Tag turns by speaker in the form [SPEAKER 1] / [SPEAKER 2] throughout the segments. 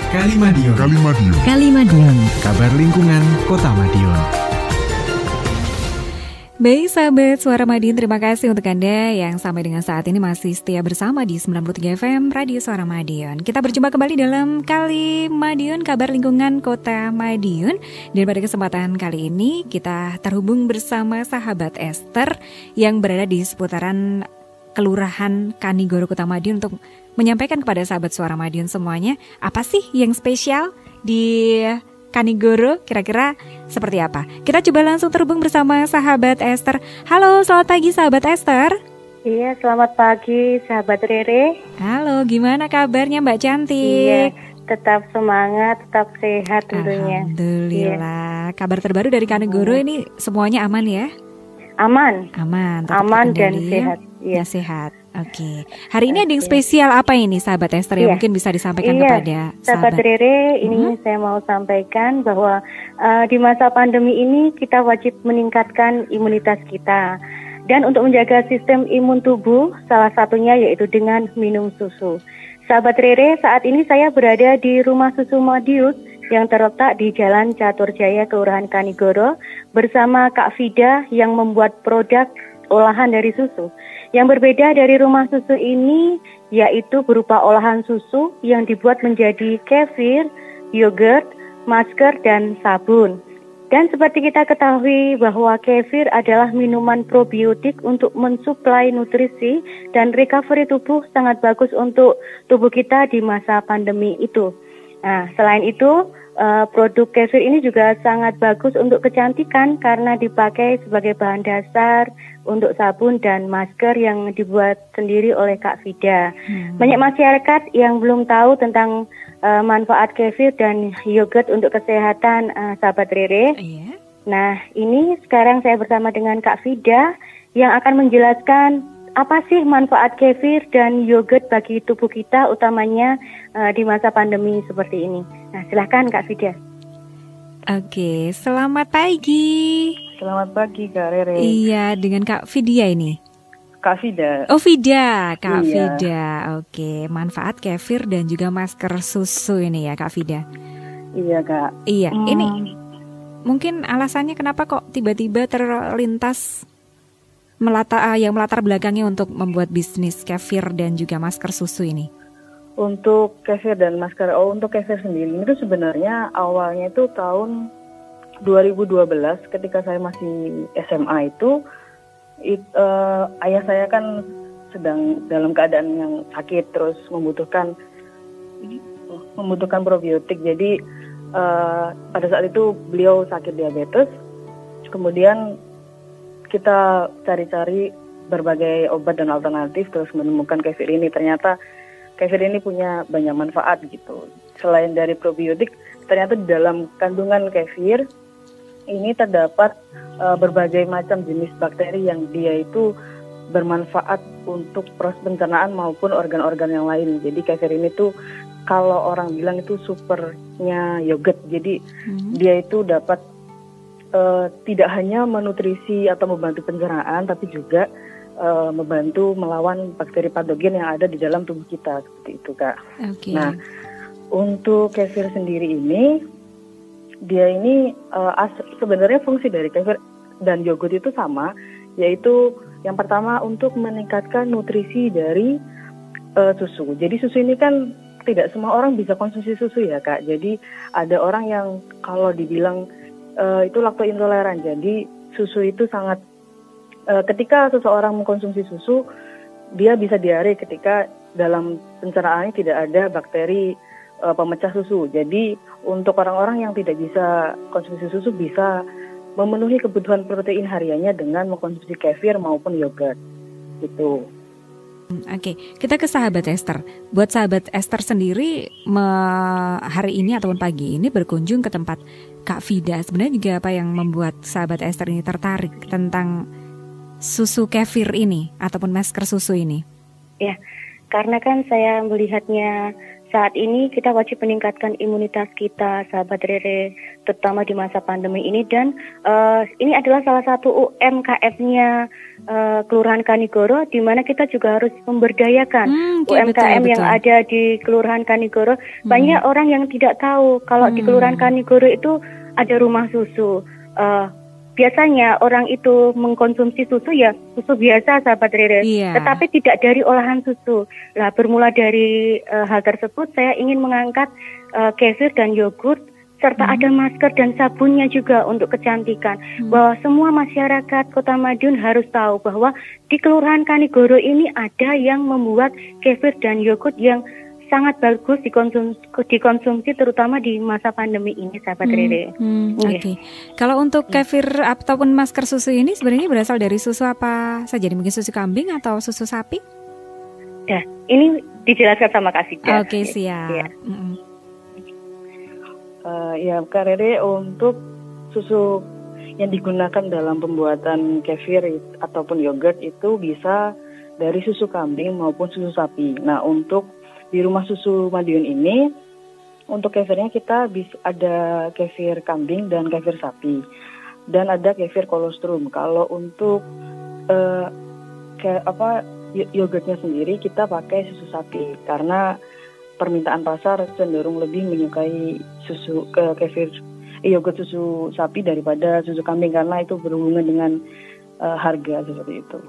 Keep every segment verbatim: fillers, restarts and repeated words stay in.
[SPEAKER 1] Kalimadion.
[SPEAKER 2] Kalimadion.
[SPEAKER 3] Kalimadion.
[SPEAKER 1] Kabar lingkungan Kota Madiun.
[SPEAKER 3] Baik sahabat Suara Madiun, terima kasih untuk Anda yang sampai dengan saat ini masih setia bersama di sembilan puluh tiga F M Radio Suara Madiun. Kita berjumpa kembali dalam Kalimadion, kabar lingkungan Kota Madiun. Dan pada kesempatan kali ini kita terhubung bersama sahabat Esther yang berada di seputaran Kelurahan Kanigoro Kota Madiun untuk menyampaikan kepada sahabat Suara Madiun semuanya apa sih yang spesial di Kanigoro, kira-kira seperti apa? Kita coba langsung terhubung bersama sahabat Esther. Halo, selamat pagi sahabat Esther.
[SPEAKER 4] Iya, selamat pagi sahabat Rere.
[SPEAKER 3] Halo, gimana kabarnya Mbak Cantik?
[SPEAKER 4] Iya, tetap semangat, tetap sehat tentunya.
[SPEAKER 3] Alhamdulillah. Iya. Kabar terbaru dari Kanigoro hmm. ini semuanya aman ya?
[SPEAKER 4] Aman.
[SPEAKER 3] Aman.
[SPEAKER 4] Aman dan sehat.
[SPEAKER 3] Iya, sehat. Oke, okay. Hari ini okay. ada yang spesial apa ini sahabat Esther yang yeah. mungkin bisa disampaikan
[SPEAKER 4] yeah.
[SPEAKER 3] kepada sahabat?
[SPEAKER 4] Sahabat Rere, ini mm-hmm. saya mau sampaikan bahwa uh, di masa pandemi ini kita wajib meningkatkan imunitas kita. Dan untuk menjaga sistem imun tubuh, salah satunya yaitu dengan minum susu. Sahabat Rere, saat ini saya berada di Rumah Susu Madiun yang terletak di Jalan Caturjaya, Kelurahan Kanigoro, bersama Kak Fida yang membuat produk olahan dari susu. Yang berbeda dari rumah susu ini yaitu berupa olahan susu yang dibuat menjadi kefir, yogurt, masker, dan sabun. Dan seperti kita ketahui bahwa kefir adalah minuman probiotik untuk mensuplai nutrisi dan recovery tubuh, sangat bagus untuk tubuh kita di masa pandemi itu. Nah, selain itu, Uh, produk kefir ini juga sangat bagus untuk kecantikan karena dipakai sebagai bahan dasar untuk sabun dan masker yang dibuat sendiri oleh Kak Fida. Hmm. Banyak masyarakat yang belum tahu tentang uh, manfaat kefir dan yogurt untuk kesehatan uh, sahabat Rere. Yeah. Nah, ini sekarang saya bersama dengan Kak Fida yang akan menjelaskan apa sih manfaat kefir dan yogurt bagi tubuh kita, utamanya uh, di masa pandemi seperti ini. Nah, silahkan Kak Fida.
[SPEAKER 3] Oke, selamat pagi.
[SPEAKER 4] Selamat pagi Kak Rere.
[SPEAKER 3] Iya, dengan Kak Fidia ini.
[SPEAKER 4] Kak Fida.
[SPEAKER 3] Oh, Fida, Kak
[SPEAKER 4] iya.
[SPEAKER 3] Fida. Oke, manfaat kefir dan juga masker susu ini ya Kak Fida.
[SPEAKER 4] Iya Kak.
[SPEAKER 3] Iya,
[SPEAKER 4] hmm.
[SPEAKER 3] ini mungkin alasannya kenapa kok tiba-tiba terlintas Melata, yang melatar belakangnya untuk membuat bisnis kefir dan juga masker susu ini?
[SPEAKER 5] Untuk kefir dan masker, oh untuk kefir sendiri itu sebenarnya awalnya itu tahun dua ribu dua belas ketika saya masih S M A itu, it, uh, ayah saya kan sedang dalam keadaan yang sakit terus membutuhkan membutuhkan probiotik. Jadi uh, pada saat itu beliau sakit diabetes, kemudian kita cari-cari berbagai obat dan alternatif terus menemukan kefir ini. Ternyata kefir ini punya banyak manfaat gitu. Selain dari probiotik, ternyata di dalam kandungan kefir ini terdapat uh, berbagai macam jenis bakteri yang dia itu bermanfaat untuk proses pencernaan maupun organ-organ yang lain. Jadi kefir ini tuh kalau orang bilang itu supernya yogurt. Jadi hmm. dia itu dapat Uh, tidak hanya menutrisi atau membantu pencernaan, tapi juga uh, membantu melawan bakteri patogen yang ada di dalam tubuh kita, seperti itu Kak.
[SPEAKER 3] Okay.
[SPEAKER 5] Nah, untuk kefir sendiri ini, dia ini uh, as- sebenarnya fungsi dari kefir dan yogurt itu sama, yaitu yang pertama untuk meningkatkan nutrisi dari uh, susu. Jadi susu ini kan tidak semua orang bisa konsumsi susu ya Kak. Jadi ada orang yang kalau dibilang Uh, itu lakto intoleran. Jadi susu itu sangat uh, ketika seseorang mengkonsumsi susu, dia bisa diare ketika dalam pencernaannya tidak ada bakteri uh, pemecah susu. Jadi untuk orang-orang yang tidak bisa konsumsi susu bisa memenuhi kebutuhan protein hariannya dengan mengkonsumsi kefir maupun yogurt. Gitu.
[SPEAKER 3] Oke, kita ke sahabat Esther. Buat sahabat Esther sendiri me- hari ini ataupun pagi ini berkunjung ke tempat Kak Fida. Sebenarnya juga apa yang membuat sahabat Esther ini tertarik tentang susu kefir ini ataupun masker susu ini?
[SPEAKER 4] Ya, karena kan saya melihatnya saat ini kita wajib meningkatkan imunitas kita, sahabat Rere, terutama di masa pandemi ini. Dan uh, ini adalah salah satu U M K M-nya uh, Kelurahan Kanigoro, di mana kita juga harus memberdayakan hmm, okay, U M K M betul, yang betul. ada di Kelurahan Kanigoro. Hmm. Banyak orang yang tidak tahu kalau hmm. di Kelurahan Kanigoro itu ada rumah susu. Uh, Biasanya orang itu mengkonsumsi susu ya susu biasa, sahabat Rere, iya. tetapi tidak dari olahan susu. Lah bermula dari uh, hal tersebut saya ingin mengangkat uh, kefir dan yogurt serta hmm. ada masker dan sabunnya juga untuk kecantikan. Hmm. Bahwa semua masyarakat Kota Madiun harus tahu bahwa di Kelurahan Kanigoro ini ada yang membuat kefir dan yogurt yang sangat bagus dikonsumsi, dikonsumsi terutama di masa pandemi ini, sahabat hmm, Rere.
[SPEAKER 3] Hmm, Oke. Okay. Kalau untuk kefir ataupun masker susu ini sebenarnya berasal dari susu apa saja? Mungkin susu kambing atau susu sapi?
[SPEAKER 4] Ya, ini dijelaskan sama Kak Fida.
[SPEAKER 3] Oke, okay, siap. Ya. Mm-hmm.
[SPEAKER 5] Uh, ya, Kak Rere, untuk susu yang digunakan dalam pembuatan kefir ataupun yogurt itu bisa dari susu kambing maupun susu sapi. Nah, untuk di rumah susu Madiun ini, untuk kefirnya kita bisa ada kefir kambing dan kefir sapi, dan ada kefir kolostrum. Kalau untuk uh, ke apa yogurtnya sendiri kita pakai susu sapi karena permintaan pasar cenderung lebih menyukai susu ke kefir eh, yogurt susu sapi daripada susu kambing karena itu berhubungan dengan uh, harga seperti itu.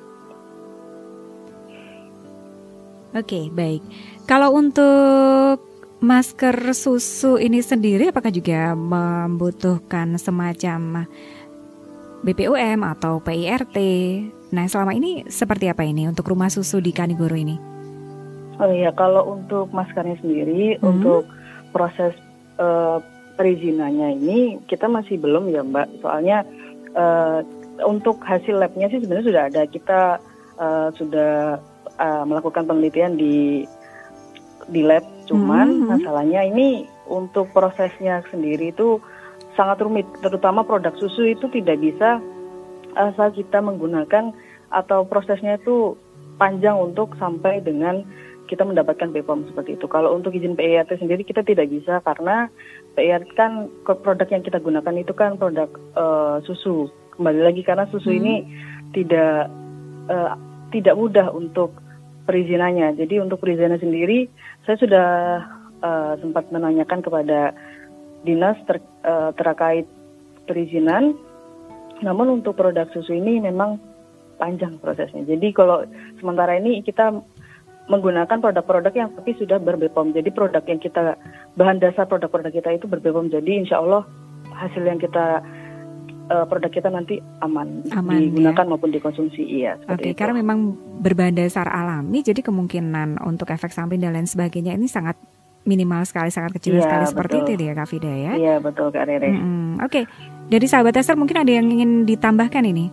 [SPEAKER 3] Oke, baik. Kalau untuk masker susu ini sendiri, apakah juga membutuhkan semacam B P O M atau P I R T? Nah, selama ini seperti apa ini untuk rumah susu di Kanigoro ini?
[SPEAKER 5] Oh iya, kalau untuk maskernya sendiri, hmm. untuk proses uh, perizinannya ini kita masih belum ya, Mbak. Soalnya uh, untuk hasil labnya sih sebenarnya sudah ada. Kita uh, sudah Uh, melakukan penelitian di di lab, cuman mm-hmm. masalahnya ini untuk prosesnya sendiri itu sangat rumit, terutama produk susu itu tidak bisa asal kita menggunakan atau prosesnya itu panjang untuk sampai dengan kita mendapatkan B P O M seperti itu. Kalau untuk izin P I R T sendiri kita tidak bisa karena P I R T kan produk yang kita gunakan itu kan produk uh, susu. Kembali lagi karena susu mm-hmm. ini tidak uh, tidak mudah untuk perizinannya. Jadi untuk perizinan sendiri, saya sudah uh, sempat menanyakan kepada dinas ter, uh, terkait perizinan. Namun untuk produk susu ini memang panjang prosesnya. Jadi kalau sementara ini kita menggunakan produk-produk yang tapi sudah ber-B P O M. Jadi produk yang kita, bahan dasar produk-produk kita itu ber-B P O M. Jadi insya Allah hasil yang kita Uh, produk kita nanti aman, aman digunakan ya? Maupun dikonsumsi, iya.
[SPEAKER 3] Oke, okay, karena memang berbahan dasar alami, jadi kemungkinan untuk efek samping dan lain sebagainya ini sangat minimal sekali, sangat kecil ya, sekali betul. Seperti itu ya Kak Fida ya.
[SPEAKER 5] Iya betul Kak Rere.
[SPEAKER 3] Mm-hmm. Oke, okay. Dari sahabat Esther mungkin ada yang ingin ditambahkan ini?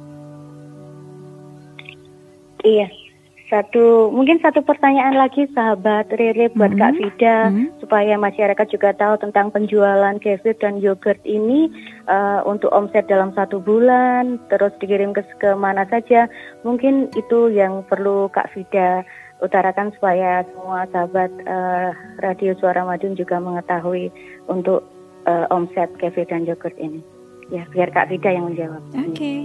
[SPEAKER 4] Iya. Satu, mungkin satu pertanyaan lagi sahabat Rere buat mm-hmm. Kak Fida, mm-hmm. supaya masyarakat juga tahu tentang penjualan kefir dan yogurt ini uh, untuk omset dalam satu bulan, terus dikirim ke, ke mana saja. Mungkin itu yang perlu Kak Fida utarakan supaya semua sahabat uh, Radio Suara Madiun juga mengetahui untuk uh, omset kefir dan yogurt ini. Ya, biar Kak Fida yang menjawab.
[SPEAKER 3] Oke. Okay.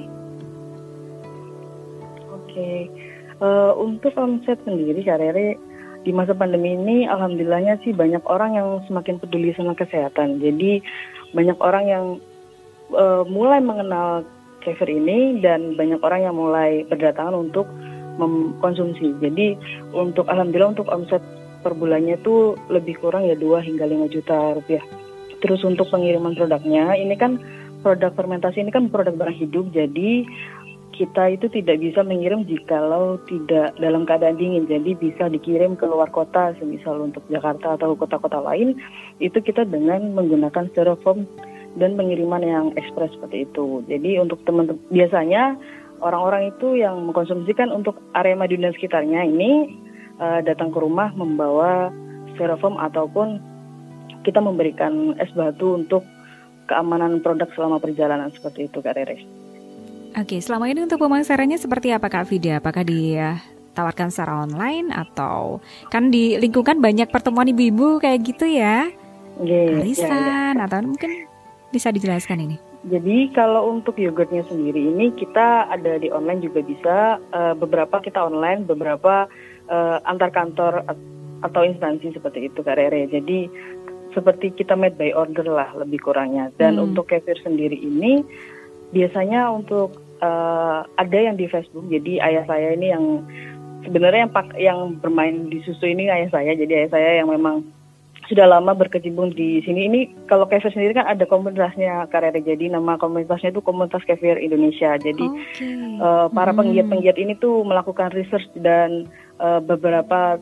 [SPEAKER 5] Oke. Okay. Uh, untuk omset sendiri, Kak Rere, di masa pandemi ini alhamdulillahnya sih banyak orang yang semakin peduli sama kesehatan. Jadi banyak orang yang uh, mulai mengenal kefir ini dan banyak orang yang mulai berdatangan untuk mengkonsumsi. Jadi untuk alhamdulillah untuk omset per bulannya itu lebih kurang ya dua hingga lima juta rupiah. Terus untuk pengiriman produknya, ini kan produk fermentasi ini kan produk barang hidup, jadi kita itu tidak bisa mengirim jikalau tidak dalam keadaan dingin. Jadi bisa dikirim ke luar kota, semisal untuk Jakarta atau kota-kota lain, itu kita dengan menggunakan styrofoam dan pengiriman yang ekspres seperti itu. Jadi untuk teman-teman, biasanya orang-orang itu yang mengkonsumsikan untuk area Madiun dan sekitarnya ini uh, datang ke rumah membawa styrofoam ataupun kita memberikan es batu untuk keamanan produk selama perjalanan seperti itu, Kak Rere.
[SPEAKER 3] Oke, selama ini untuk pemasarannya seperti apa Kak Fida? Apakah di uh, ditawarkan secara online atau kan di lingkungan banyak pertemuan ibu-ibu kayak gitu ya,
[SPEAKER 5] Yeah,
[SPEAKER 3] arisan
[SPEAKER 5] ya, ya.
[SPEAKER 3] atau mungkin bisa dijelaskan ini?
[SPEAKER 5] Jadi kalau untuk yogurtnya sendiri ini kita ada di online juga bisa, uh, beberapa kita online, beberapa uh, antar kantor atau instansi seperti itu Kak Rere. Jadi seperti kita made by order lah lebih kurangnya. Dan
[SPEAKER 3] Hmm.
[SPEAKER 5] untuk kefir sendiri ini biasanya untuk uh, ada yang di Facebook. Jadi ayah saya ini yang sebenarnya yang pak yang bermain di susu ini ayah saya. Jadi ayah saya yang memang sudah lama berkecimpung di sini. Ini kalau kefir sendiri kan ada komunitasnya Kak Rere. Jadi nama komunitasnya itu Komunitas Kefir Indonesia. Jadi
[SPEAKER 3] Okay.
[SPEAKER 5] uh, para
[SPEAKER 3] Hmm.
[SPEAKER 5] penggiat-penggiat ini tuh melakukan research dan uh, beberapa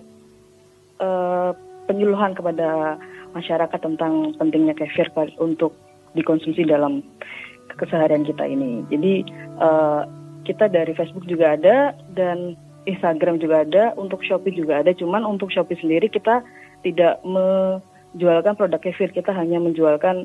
[SPEAKER 5] uh, penyuluhan kepada masyarakat tentang pentingnya kefir untuk dikonsumsi dalam keseharian kita ini. Jadi uh, kita dari Facebook juga ada dan Instagram juga ada, untuk Shopee juga ada. Cuman untuk Shopee sendiri kita tidak menjualkan produk kefir, kita hanya menjualkan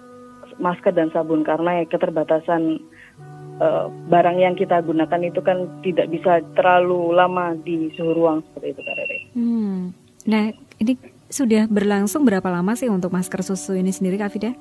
[SPEAKER 5] masker dan sabun karena keterbatasan uh, barang yang kita gunakan itu kan tidak bisa terlalu lama di suhu ruang seperti itu Kak Rere.
[SPEAKER 3] Hmm. Nah, ini sudah berlangsung berapa lama sih untuk masker susu ini sendiri Kak Fida?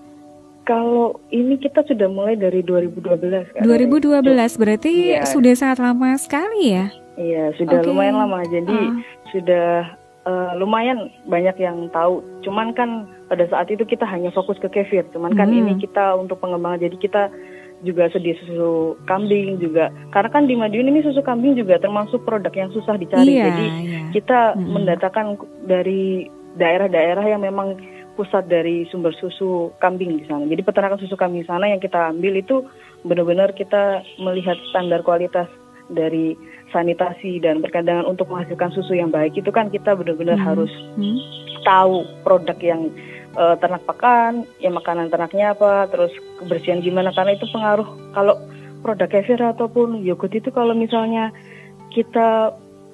[SPEAKER 5] Kalau ini kita sudah mulai dari dua ribu dua belas Kak
[SPEAKER 3] dua ribu dua
[SPEAKER 5] Rere.
[SPEAKER 3] belas berarti
[SPEAKER 5] Iya.
[SPEAKER 3] sudah sangat lama sekali ya?
[SPEAKER 5] Iya, sudah
[SPEAKER 3] Oke.
[SPEAKER 5] lumayan lama. Jadi
[SPEAKER 3] Ah.
[SPEAKER 5] sudah uh, lumayan banyak yang tahu. Cuman kan pada saat itu kita hanya fokus ke kefir. Cuman kan
[SPEAKER 3] Hmm.
[SPEAKER 5] ini kita untuk pengembangan. Jadi kita juga sedia susu kambing juga. Karena kan di Madiun ini susu kambing juga termasuk produk yang susah dicari.
[SPEAKER 3] Iya,
[SPEAKER 5] Jadi
[SPEAKER 3] iya.
[SPEAKER 5] kita
[SPEAKER 3] Mm-mm.
[SPEAKER 5] mendatangkan dari daerah-daerah yang memang pusat dari sumber susu kambing di sana. Jadi peternakan susu kambing di sana yang kita ambil itu benar-benar kita melihat standar kualitas dari sanitasi dan berkandangan untuk menghasilkan susu yang baik itu kan kita benar-benar
[SPEAKER 3] Hmm.
[SPEAKER 5] harus
[SPEAKER 3] Hmm.
[SPEAKER 5] tahu produk yang uh, ternak pakan, ya makanan ternaknya apa, terus kebersihan gimana, karena itu pengaruh. Kalau produk kefir ataupun yogurt itu kalau misalnya kita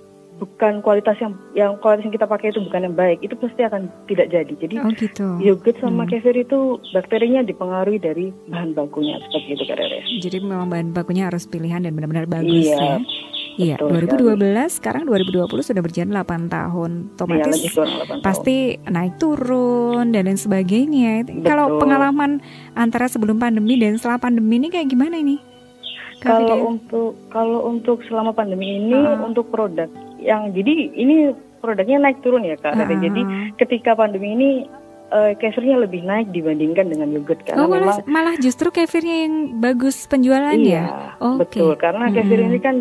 [SPEAKER 5] bukan kualitas yang yang kualitas yang kita pakai itu bukan yang baik, itu pasti akan tidak jadi. Jadi
[SPEAKER 3] Oh gitu.
[SPEAKER 5] yogurt sama
[SPEAKER 3] Hmm.
[SPEAKER 5] kefir itu bakterinya dipengaruhi dari bahan bakunya seperti itu Kak Rere.
[SPEAKER 3] Jadi memang bahan bakunya harus pilihan dan benar-benar bagus
[SPEAKER 5] Iya,
[SPEAKER 3] ya. Iya,
[SPEAKER 5] betul
[SPEAKER 3] dua ribu dua belas sekarang dua ribu dua puluh sudah berjalan delapan tahun.
[SPEAKER 5] Iya,
[SPEAKER 3] Otomatis
[SPEAKER 5] lebih kurang delapan tahun.
[SPEAKER 3] pasti naik turun dan lain sebagainya. Kalau
[SPEAKER 5] Betul.
[SPEAKER 3] pengalaman antara sebelum pandemi dan setelah pandemi ini kayak gimana ini? Kak
[SPEAKER 5] Kalau
[SPEAKER 3] Fida?
[SPEAKER 5] untuk kalau untuk selama pandemi ini
[SPEAKER 3] Ah.
[SPEAKER 5] untuk produk yang jadi ini produknya naik turun ya Kak Rere.
[SPEAKER 3] Ah.
[SPEAKER 5] Jadi ketika pandemi ini eh, kefirnya lebih naik dibandingkan dengan yogurt karena
[SPEAKER 3] Oh malah,
[SPEAKER 5] memang
[SPEAKER 3] malah justru kefirnya yang bagus penjualannya?
[SPEAKER 5] iya
[SPEAKER 3] Oke.
[SPEAKER 5] betul karena kefir
[SPEAKER 3] Mm-mm.
[SPEAKER 5] ini kan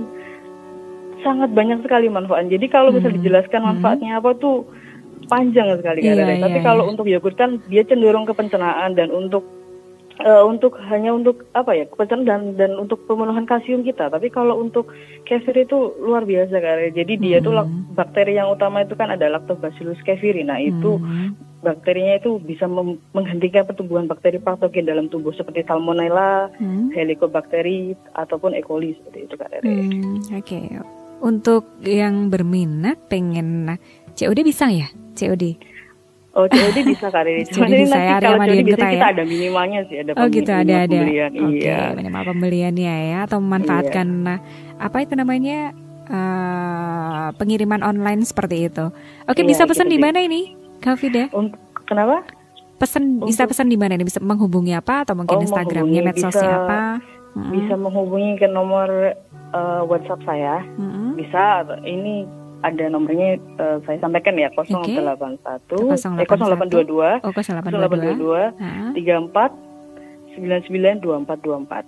[SPEAKER 5] sangat banyak sekali manfaat. Jadi kalau bisa
[SPEAKER 3] Mm-mm.
[SPEAKER 5] dijelaskan manfaatnya apa tuh panjang sekali Kak
[SPEAKER 3] Iya,
[SPEAKER 5] Rere. Tapi
[SPEAKER 3] iya,
[SPEAKER 5] kalau
[SPEAKER 3] iya.
[SPEAKER 5] untuk yogurt kan dia cenderung ke pencernaan dan untuk eh, untuk hanya untuk apa ya pencernaan dan dan untuk pemenuhan kalsium kita. Tapi kalau untuk kefir itu luar biasa Kak Rere. Jadi dia tuh lak-
[SPEAKER 3] Mm-mm.
[SPEAKER 5] bakteri yang utama itu kan ada Lactobacillus kefiri. Nah itu
[SPEAKER 3] Hmm.
[SPEAKER 5] bakterinya itu bisa mem- menghentikan pertumbuhan bakteri patogen dalam tubuh seperti Salmonella,
[SPEAKER 3] Hmm.
[SPEAKER 5] Helicobacter ataupun E. coli seperti itu Kak Rere.
[SPEAKER 3] Hmm, Oke, untuk yang berminat pengen C O D bisa ya? C O D?
[SPEAKER 5] Oh, C O D bisa Kak Rere.
[SPEAKER 3] C O D
[SPEAKER 5] Cuman ini
[SPEAKER 3] bisa
[SPEAKER 5] nanti
[SPEAKER 3] ya, area
[SPEAKER 5] kalau C O D
[SPEAKER 3] Madiun
[SPEAKER 5] biasanya
[SPEAKER 3] kita
[SPEAKER 5] kita
[SPEAKER 3] ya?
[SPEAKER 5] ada minimalnya sih, ada
[SPEAKER 3] Oh gitu, ada ada.
[SPEAKER 5] pembelian.
[SPEAKER 3] Oke,
[SPEAKER 5] Iya.
[SPEAKER 3] minimal pembeliannya ya, atau memanfaatkan nah, apa itu namanya eh, pengiriman online seperti itu. Oke,
[SPEAKER 5] Iya,
[SPEAKER 3] bisa
[SPEAKER 5] gitu
[SPEAKER 3] pesan di
[SPEAKER 5] sih.
[SPEAKER 3] mana ini, Kak Fida?
[SPEAKER 5] Untuk kenapa?
[SPEAKER 3] Pesan bisa
[SPEAKER 5] Untuk-
[SPEAKER 3] pesan di mana nih? Bisa menghubungi apa atau mungkin
[SPEAKER 5] Oh,
[SPEAKER 3] Instagramnya,
[SPEAKER 5] menghubungi.
[SPEAKER 3] medsosnya
[SPEAKER 5] Bisa-
[SPEAKER 3] apa? Mm-mm.
[SPEAKER 5] Bisa menghubungi ke nomor eh, WhatsApp saya.
[SPEAKER 3] Mm-mm.
[SPEAKER 5] Bisa atau- ini ada nomornya eh, saya sampaikan ya nol delapan satu
[SPEAKER 3] nol
[SPEAKER 5] eh nol delapan dua dua
[SPEAKER 3] Oh, nol delapan
[SPEAKER 5] nol
[SPEAKER 3] dua
[SPEAKER 5] delapan dua dua
[SPEAKER 3] Ah,
[SPEAKER 5] tiga empat sembilan sembilan dua empat dua empat.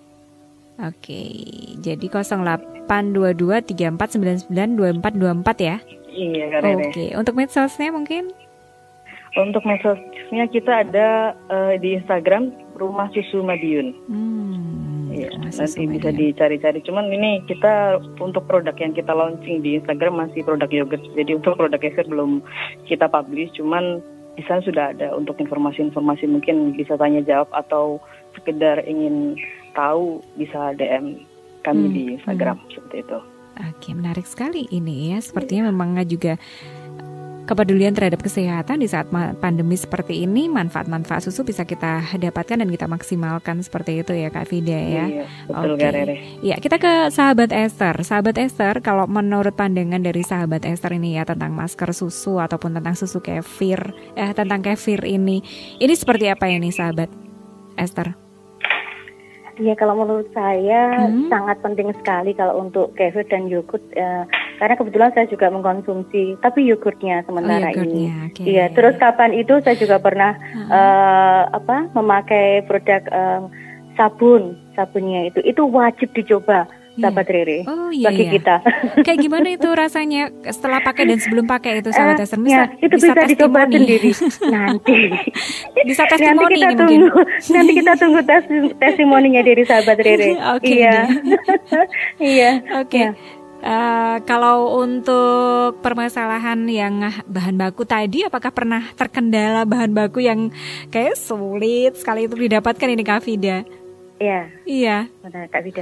[SPEAKER 3] Oke, jadi nol delapan dua dua tiga empat sembilan sembilan dua empat dua empat ya.
[SPEAKER 5] Iya Kak Rere.
[SPEAKER 3] Oke, untuk medsosnya mungkin?
[SPEAKER 5] Untuk medsosnya kita ada eh, di Instagram Rumah Susu Madiun.
[SPEAKER 3] Hmm,
[SPEAKER 5] Iya,
[SPEAKER 3] masih
[SPEAKER 5] nanti
[SPEAKER 3] sama
[SPEAKER 5] bisa
[SPEAKER 3] dia.
[SPEAKER 5] dicari-cari. Cuman ini kita untuk produk yang kita launching di Instagram masih produk yogurt. Jadi untuk produk kefir belum kita publish. Cuman di sana sudah ada untuk informasi-informasi mungkin bisa tanya jawab atau sekedar ingin tahu bisa D M kami
[SPEAKER 3] Hmm,
[SPEAKER 5] di Instagram seperti itu.
[SPEAKER 3] Oke, menarik sekali ini ya. Sepertinya memang juga kepedulian terhadap kesehatan di saat pandemi seperti ini, manfaat-manfaat susu bisa kita dapatkan dan kita maksimalkan seperti itu ya Kak Vida ya.
[SPEAKER 5] Iya, betul
[SPEAKER 3] Oke.
[SPEAKER 5] Kak Rere.
[SPEAKER 3] Ya, kita ke sahabat Esther. Sahabat Esther, kalau menurut pandangan dari sahabat Esther ini ya tentang masker susu ataupun tentang susu kefir, eh tentang kefir ini, ini seperti apa ini sahabat Esther?
[SPEAKER 4] Ya, kalau menurut saya
[SPEAKER 3] Hmm.
[SPEAKER 4] sangat penting sekali kalau untuk kefir dan yogurt, eh, karena kebetulan saya juga mengkonsumsi, tapi yogurtnya sementara
[SPEAKER 3] Oh, yogurtnya,
[SPEAKER 4] ini.
[SPEAKER 3] oke.
[SPEAKER 4] Iya, terus kapan itu saya juga pernah
[SPEAKER 3] Hmm.
[SPEAKER 4] eh, apa memakai produk eh, sabun, sabunnya itu, itu wajib dicoba,
[SPEAKER 3] Iya.
[SPEAKER 4] sahabat Rere,
[SPEAKER 3] Oh iya,
[SPEAKER 4] bagi
[SPEAKER 3] iya.
[SPEAKER 4] kita.
[SPEAKER 3] Kayak gimana itu rasanya setelah pakai dan sebelum pakai itu sahabat
[SPEAKER 4] Eh,
[SPEAKER 3] Esther?
[SPEAKER 4] ya, itu bisa, dicoba
[SPEAKER 3] testimoni.
[SPEAKER 4] sendiri nanti.
[SPEAKER 3] Bisa
[SPEAKER 4] Nanti
[SPEAKER 3] testimoni
[SPEAKER 4] kita
[SPEAKER 3] nih
[SPEAKER 4] tunggu,
[SPEAKER 3] mungkin.
[SPEAKER 4] nanti kita tunggu tes, testimoninya dari sahabat Rere.
[SPEAKER 3] Oke
[SPEAKER 4] Iya,
[SPEAKER 3] deh.
[SPEAKER 4] iya.
[SPEAKER 3] Oke.
[SPEAKER 4] Ya.
[SPEAKER 3] Eh, kalau untuk permasalahan yang bahan baku tadi, apakah pernah terkendala bahan baku yang kayak sulit sekali itu didapatkan ini Kak Vida?
[SPEAKER 4] Iya,
[SPEAKER 3] Iya.
[SPEAKER 4] benar Kak Vida.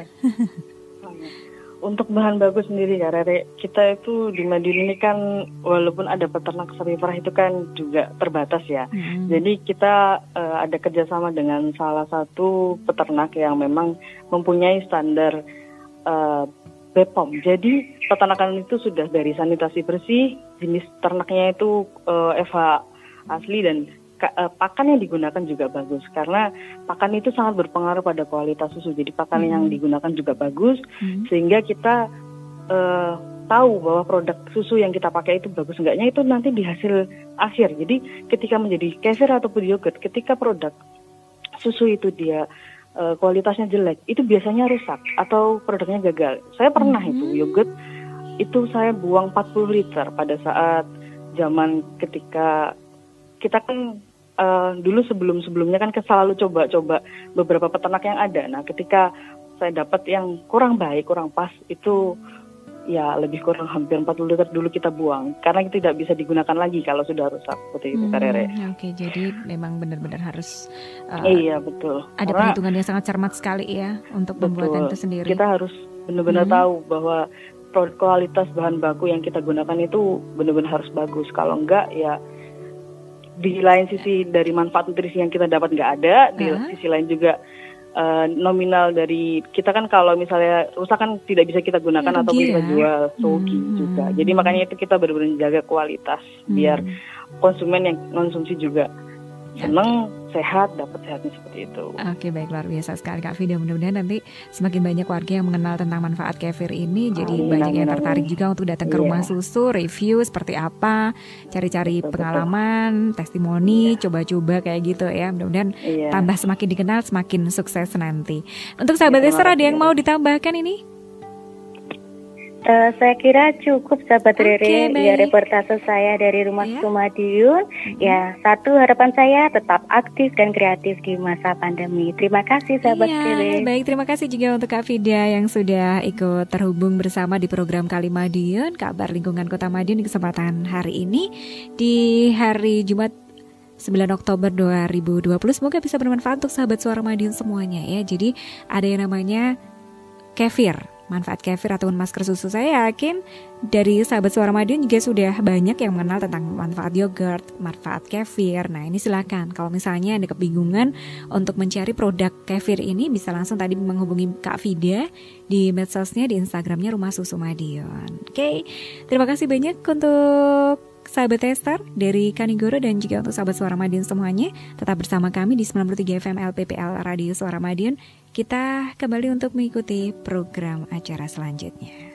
[SPEAKER 5] Untuk bahan baku sendiri Kak Rere, kita itu di Madiun ini kan walaupun ada peternak sapi perah itu kan juga terbatas ya.
[SPEAKER 3] Hmm.
[SPEAKER 5] Jadi kita uh, ada kerjasama dengan salah satu peternak yang memang mempunyai standar uh, B P O M. Jadi peternakan itu sudah dari sanitasi bersih, jenis ternaknya itu uh, F H asli dan ka, uh, pakan yang digunakan juga bagus. Karena pakan itu sangat berpengaruh pada kualitas susu. Jadi pakan
[SPEAKER 3] Hmm.
[SPEAKER 5] yang digunakan juga bagus,
[SPEAKER 3] Hmm.
[SPEAKER 5] sehingga kita uh, tahu bahwa produk susu yang kita pakai itu bagus enggaknya itu nanti di hasil akhir. Jadi ketika menjadi kefir ataupun yogurt, ketika produk susu itu dia uh, kualitasnya jelek, itu biasanya rusak atau produknya gagal. Saya pernah
[SPEAKER 3] Hmm.
[SPEAKER 5] itu yogurt itu saya buang empat puluh liter pada saat zaman ketika kita kan uh, dulu sebelum-sebelumnya kan selalu coba-coba beberapa peternak yang ada. Nah, ketika saya dapat yang kurang baik, kurang pas, itu ya lebih kurang hampir empat puluh liter dulu kita buang. Karena itu tidak bisa digunakan lagi kalau sudah rusak. Seperti itu, Kak Rere.
[SPEAKER 3] Hmm, Oke, jadi memang benar-benar harus uh,
[SPEAKER 5] Iya, betul.
[SPEAKER 3] ada
[SPEAKER 5] Karena
[SPEAKER 3] perhitungan yang sangat cermat sekali ya untuk pembuatan itu sendiri.
[SPEAKER 5] kita harus benar-benar
[SPEAKER 3] Hmm.
[SPEAKER 5] tahu bahwa pro- kualitas bahan baku yang kita gunakan itu benar-benar harus bagus. Kalau enggak, ya di lain sisi dari manfaat nutrisi yang kita dapat nggak ada, di
[SPEAKER 3] Uh-huh.
[SPEAKER 5] sisi lain juga uh, nominal dari kita kan kalau misalnya rusak kan tidak bisa kita gunakan
[SPEAKER 3] Ya,
[SPEAKER 5] atau
[SPEAKER 3] rugi
[SPEAKER 5] kita
[SPEAKER 3] ya.
[SPEAKER 5] jual, rugi
[SPEAKER 3] Hmm.
[SPEAKER 5] juga. Jadi makanya itu kita benar-benar jaga kualitas biar
[SPEAKER 3] Hmm.
[SPEAKER 5] konsumen yang konsumsi juga senang, sehat, dapat sehatnya seperti itu.
[SPEAKER 3] Oke, baik, luar biasa sekali Kak Vida. Mudah-mudahan nanti semakin banyak warga yang mengenal tentang manfaat kefir ini. Jadi
[SPEAKER 5] Amin,
[SPEAKER 3] banyak yang
[SPEAKER 5] amin,
[SPEAKER 3] tertarik
[SPEAKER 5] amin.
[SPEAKER 3] juga untuk datang ke
[SPEAKER 5] Iya.
[SPEAKER 3] rumah susu, review seperti apa, cari-cari
[SPEAKER 5] Betul,
[SPEAKER 3] pengalaman, testimoni, coba-coba kayak gitu ya. Mudah-mudahan
[SPEAKER 5] Iya.
[SPEAKER 3] tambah semakin dikenal, semakin sukses nanti. Untuk sahabat
[SPEAKER 5] Terima
[SPEAKER 3] Esther, ada
[SPEAKER 5] kasih.
[SPEAKER 3] yang mau ditambahkan ini?
[SPEAKER 4] Eh, saya kira cukup sahabat
[SPEAKER 3] Oke,
[SPEAKER 4] Rere,
[SPEAKER 3] baik.
[SPEAKER 4] ya reportase saya dari Rumah
[SPEAKER 3] Ya.
[SPEAKER 4] Susu Madiun. Ya, satu harapan saya tetap aktif dan kreatif di masa pandemi. Terima kasih sahabat
[SPEAKER 3] Iya,
[SPEAKER 4] Rere.
[SPEAKER 3] baik, terima kasih juga untuk Kak Vida yang sudah ikut terhubung bersama di program Kali Madiun, kabar lingkungan Kota Madiun di kesempatan hari ini di hari Jumat sembilan Oktober dua ribu dua puluh. Semoga bisa bermanfaat untuk sahabat Suara Madiun semuanya ya. Jadi ada yang namanya kefir, manfaat kefir ataupun masker susu. Saya yakin dari sahabat Suara Madiun juga sudah banyak yang mengenal tentang manfaat yogurt, manfaat kefir. Nah, ini silakan kalau misalnya ada kebingungan untuk mencari produk kefir ini, bisa langsung tadi menghubungi Kak Vida di medsosnya, di Instagramnya Rumah Susu Madiun. Oke, terima kasih banyak untuk sahabat Esther dari Kanigoro dan juga untuk sahabat Suara Madiun semuanya. Tetap bersama kami di sembilan puluh tiga F M L P P L Radio Suara Madiun. Kita kembali untuk mengikuti program acara selanjutnya.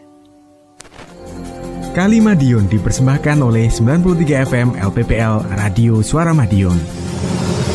[SPEAKER 1] Kali Madiun dipersembahkan oleh sembilan puluh tiga F M L P P L Radio Suara Madiun.